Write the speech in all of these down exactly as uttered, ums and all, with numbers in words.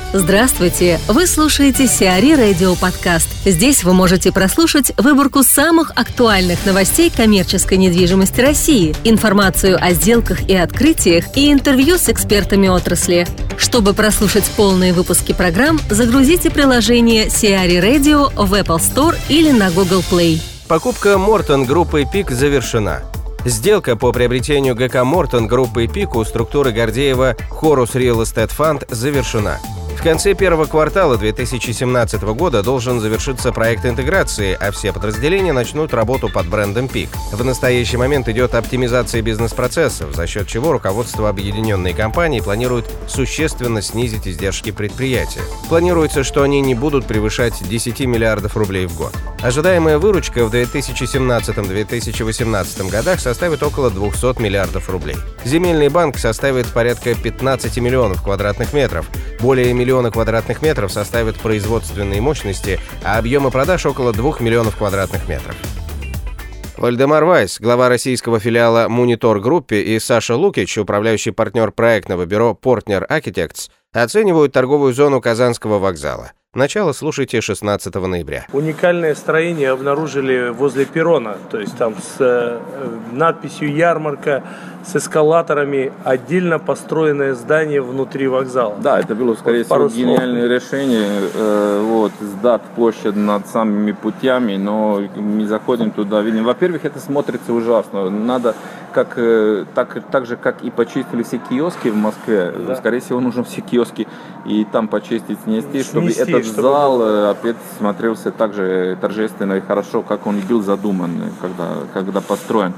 Здравствуйте! Вы слушаете Сиари Радио Подкаст. Здесь вы можете прослушать выборку самых актуальных новостей коммерческой недвижимости России, информацию о сделках и открытиях и интервью с экспертами отрасли. Чтобы прослушать полные выпуски программ, загрузите приложение Сиари Radio в Apple Store или на Google Play. Покупка Мортон группы «Пик» завершена. Сделка по приобретению ГК «Мортон» группы «Пик» у структуры Гордеева «Хорус Real Estate Fund» завершена. В конце первого квартала две тысячи семнадцатого года должен завершиться проект интеграции, а все подразделения начнут работу под брендом «Пик». В настоящий момент идет оптимизация бизнес-процессов, за счет чего руководство объединенной компании планирует существенно снизить издержки предприятия. Планируется, что они не будут превышать десять миллиардов рублей в год. Ожидаемая выручка в две тысячи семнадцатом — две тысячи восемнадцатом годах составит около двухсот миллиардов рублей. Земельный банк составит порядка пятнадцати миллионов квадратных метров, более миллиона квадратных метров составят производственные мощности, а объемы продаж около двух миллионов квадратных метров. Вальдемар Вайс, глава российского филиала Monitor Group, и Саша Лукич, управляющий партнер проектного бюро Portner Architects, оценивают торговую зону Казанского вокзала. Начало слушайте шестнадцатого ноября. Уникальное строение обнаружили возле перрона, то есть там с э, надписью «Ярмарка», с эскалаторами, отдельно построенное здание внутри вокзала. Да, это было, скорее вот всего, гениальное решение. Э, вот, сдать площадь над самыми путями, но мы заходим туда, видим. Во-первых, это смотрится ужасно. Надо, как, э, так, так же, как и почистили все киоски в Москве, да. Скорее всего, нужно все киоски и там почистить, снести, чтобы снести, этот чтобы зал было... опять смотрелся так же торжественно и хорошо, как он был задуман, когда, когда построен.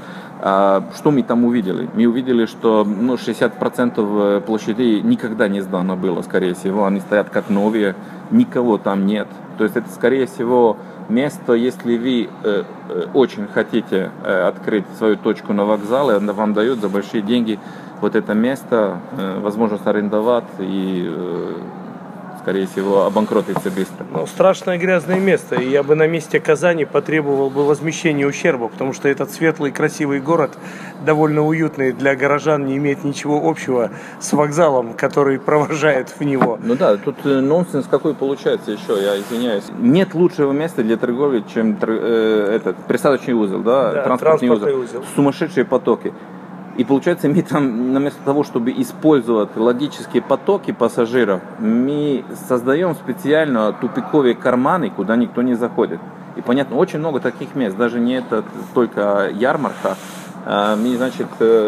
А что мы там увидели? Мы увидели, что ну, шестьдесят процентов площадей никогда не сдано было, скорее всего. Они стоят как новые, никого там нет. То есть это, скорее всего, место, если вы э, э, очень хотите э, открыть свою точку на вокзале, вам дают за большие деньги вот это место, э, возможность арендовать и... Э, скорее всего, обанкротится быстро. Ну, страшное грязное место, и я бы на месте Казани потребовал бы возмещения ущерба, потому что этот светлый, красивый город, довольно уютный для горожан, не имеет ничего общего с вокзалом, который провожает в него. Ну да, тут нонсенс какой получается еще, я извиняюсь. Нет лучшего места для торговли, чем э, этот присадочный узел, да, да транспортный, транспортный узел. узел. Сумасшедшие потоки. И получается, мы там, вместо того, чтобы использовать логические потоки пассажиров, мы создаем специально тупиковые карманы, куда никто не заходит. И понятно, очень много таких мест, даже не это только ярмарка. Мы, значит,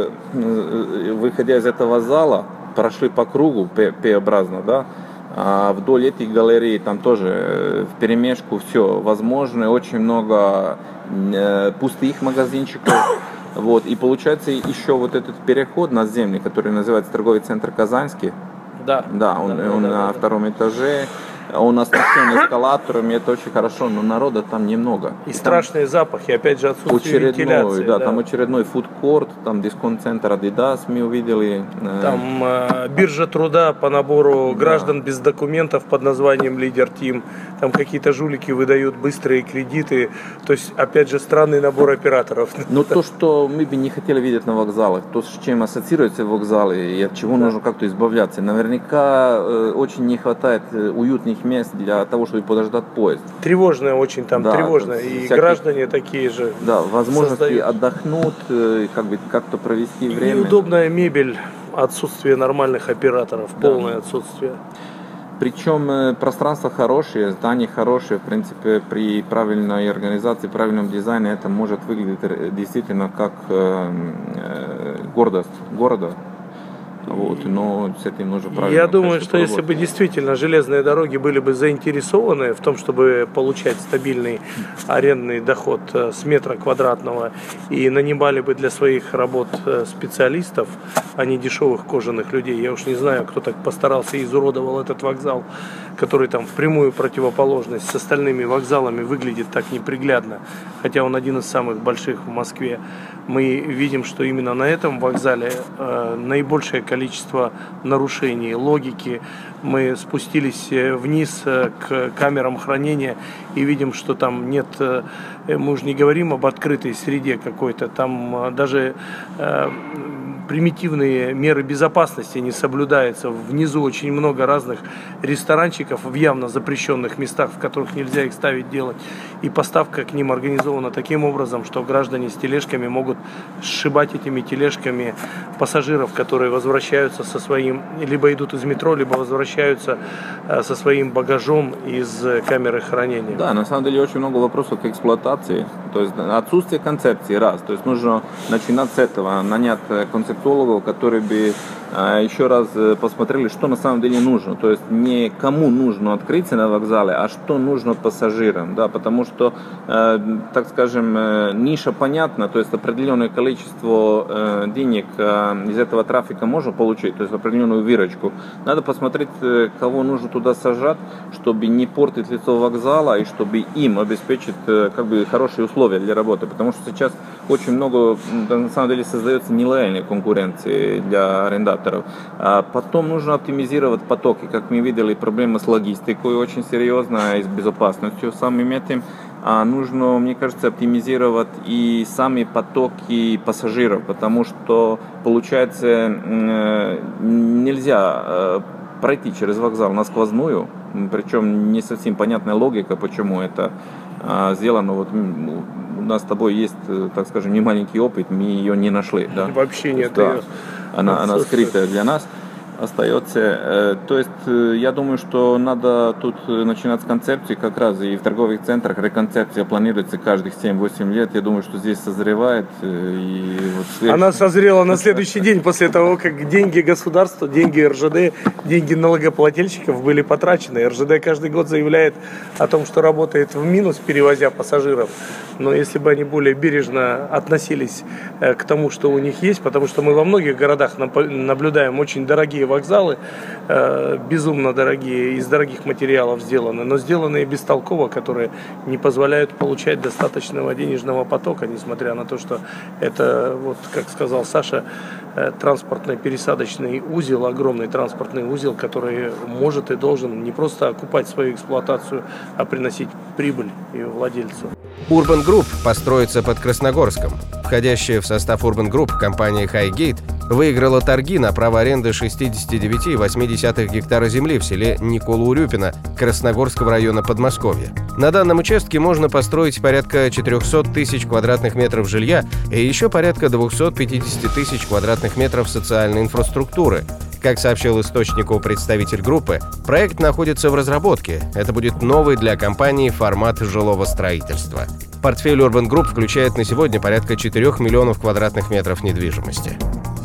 выходя из этого зала, прошли по кругу П-образно, да, а вдоль этих галерей там тоже вперемешку все возможно, очень много пустых магазинчиков. Вот, и получается еще вот этот переход надземный, который называется торговый центр Казанский. Да. Да, он, да, он да, на да, втором этаже. Он оснащен эскалаторами, это очень хорошо, но народа там немного. И, и страшные там запахи, опять же, отсутствие вентиляции. Да, да, там очередной фудкорт, там дисконт-центр Adidas мы увидели. Там э, биржа труда по набору да. граждан без документов под названием Лидер Тим. Там какие-то жулики выдают быстрые кредиты. То есть, опять же, странный набор операторов. Но то, что мы бы не хотели видеть на вокзалах, то, с чем ассоциируются вокзалы и от чего да. нужно как-то избавляться. Наверняка э, очень не хватает уютных мест для того, чтобы подождать поезд. Тревожное очень там, да, тревожное. И всякие... граждане такие же. Да, возможности создают. Отдохнуть, как бы как-то провести и время. Неудобная мебель, отсутствие нормальных операторов, да. полное отсутствие. Причем пространства хорошие, здания хорошие, в принципе, при правильной организации, правильном дизайне это может выглядеть действительно как гордость города. Вот, но с этим нужно правильно. Я думаю, что если бы действительно железные дороги были бы заинтересованы в том, чтобы получать стабильный арендный доход с метра квадратного и нанимали бы для своих работ специалистов, а не дешевых кожаных людей. Я уж не знаю, кто так постарался и изуродовал этот вокзал, который там в прямую противоположность с остальными вокзалами выглядит так неприглядно, хотя он один из самых больших в Москве. Мы видим, что именно на этом вокзале э, наибольшее количество нарушений логики. Мы спустились вниз э, к камерам хранения и видим, что там нет, э, мы уже не говорим об открытой среде какой-то, там э, даже э, примитивные меры безопасности не соблюдаются. Внизу очень много разных ресторанчиков в явно запрещенных местах, в которых нельзя их ставить, делать. И поставка к ним организована таким образом, что граждане с тележками могут сшибать этими тележками пассажиров, которые возвращаются со своим, либо идут из метро, либо возвращаются со своим багажом из камеры хранения. Да, на самом деле очень много вопросов к эксплуатации. То есть отсутствие концепции, раз. То есть нужно начинать с этого, нанять концептологов, которые бы еще раз посмотрели, что на самом деле нужно. То есть не кому нужно открыться на вокзале, а что нужно пассажирам. Да, потому что, так скажем, ниша понятна, то есть определенное количество денег из этого трафика можно получить, то есть определенную выручку. Надо посмотреть, кого нужно туда сажать, чтобы не портить лицо вокзала и чтобы им обеспечить как бы хорошие условия для работы. Потому что сейчас очень много, на самом деле, создается нелояльной конкуренции для арендаторов. А потом нужно оптимизировать потоки. Как мы видели, проблема с логистикой очень серьезная и с безопасностью самим этим. А нужно, мне кажется, оптимизировать и сами потоки пассажиров, потому что, получается, нельзя пройти через вокзал на сквозную, причем не совсем понятная логика, почему это сделано. Вот у нас с тобой есть, так скажем, не маленький опыт, мы ее не нашли. Да? Вообще нет. Да. Она, она скрытая для нас остается. То есть я думаю, что надо тут начинать с концепции как раз, и в торговых центрах реконцепция планируется каждых семь-восемь лет. Я думаю, что здесь созревает. И вот следующий... Она созрела на следующий день после того, как деньги государства, деньги эр жэ дэ, деньги налогоплательщиков были потрачены. эр жэ дэ каждый год заявляет о том, что работает в минус, перевозя пассажиров. Но если бы они более бережно относились к тому, что у них есть, потому что мы во многих городах наблюдаем очень дорогие вокзалы, э, безумно дорогие, из дорогих материалов сделаны, но сделанные бестолково, которые не позволяют получать достаточного денежного потока, несмотря на то, что это, вот как сказал Саша, э, транспортный пересадочный узел, огромный транспортный узел, который может и должен не просто окупать свою эксплуатацию, а приносить прибыль ее владельцу. Urban Group построится под Красногорском. Входящая в состав Urban Group компания Highgate выиграла торги на право аренды шестьдесят девять целых восемь десятых гектара земли в селе Никола-Урюпино Красногорского района Подмосковья. На данном участке можно построить порядка четыреста тысяч квадратных метров жилья и еще порядка двести пятьдесят тысяч квадратных метров социальной инфраструктуры. Как сообщил источнику представитель группы, проект находится в разработке. Это будет новый для компании формат жилого строительства. Портфель Urban Group включает на сегодня порядка четырёх миллионов квадратных метров недвижимости.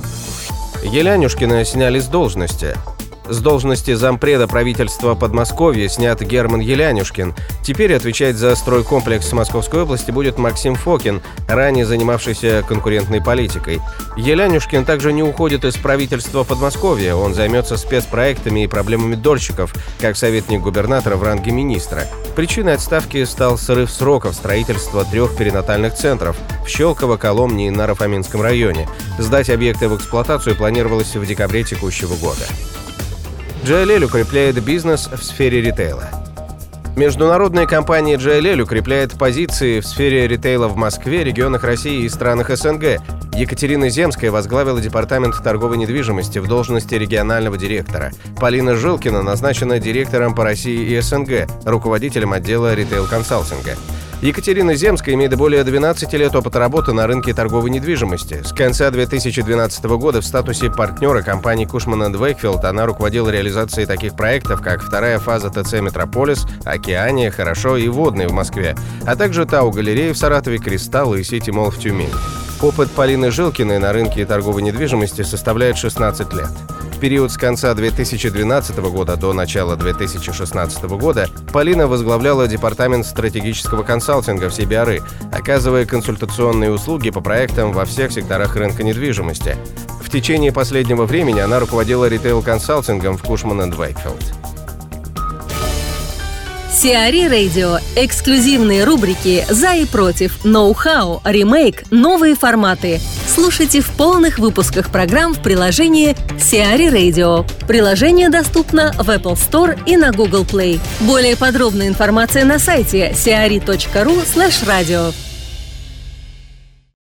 Елянюшкина сняли с должности. С должности зампреда правительства Подмосковья снят Герман Елянюшкин. Теперь отвечать за стройкомплекс Московской области будет Максим Фокин, ранее занимавшийся конкурентной политикой. Елянюшкин также не уходит из правительства Подмосковья. Он займется спецпроектами и проблемами дольщиков, как советник губернатора в ранге министра. Причиной отставки стал срыв сроков строительства трех перинатальных центров в Щелково, Коломне и Наро-Фоминском районе. Сдать объекты в эксплуатацию планировалось в декабре текущего года. джей эл эл укрепляет бизнес в сфере ритейла. Международная компания джей эл эл укрепляет позиции в сфере ритейла в Москве, регионах России и странах эс эн гэ. Екатерина Земская возглавила департамент торговой недвижимости в должности регионального директора. Полина Жилкина назначена директором по России и эс эн гэ, руководителем отдела ритейл-консалтинга. Екатерина Земская имеет более двенадцати лет опыта работы на рынке торговой недвижимости. С конца две тысячи двенадцатого года в статусе партнера компании Cushman энд Wakefield она руководила реализацией таких проектов, как вторая фаза тэ цэ «Метрополис», «Океания», «Хорошо» и «Водный» в Москве, а также «Тау-галереи» в Саратове, «Кристалл» и «Сити Молл» в Тюмени. Опыт Полины Жилкиной на рынке торговой недвижимости составляет шестнадцать лет. В период с конца две тысячи двенадцатого года до начала две тысячи шестнадцатого года Полина возглавляла департамент стратегического консалтинга в си би ар и, оказывая консультационные услуги по проектам во всех секторах рынка недвижимости. В течение последнего времени она руководила ритейл-консалтингом в Cushman энд Wakefield. Сиари Radio. Эксклюзивные рубрики «За и против», «Ноу-хау», «Ремейк», «Новые форматы». Слушайте в полных выпусках программ в приложении Сиари Radio. Приложение доступно в Apple Store и на Google Play. Более подробная информация на сайте сиари точка ру слэш радио.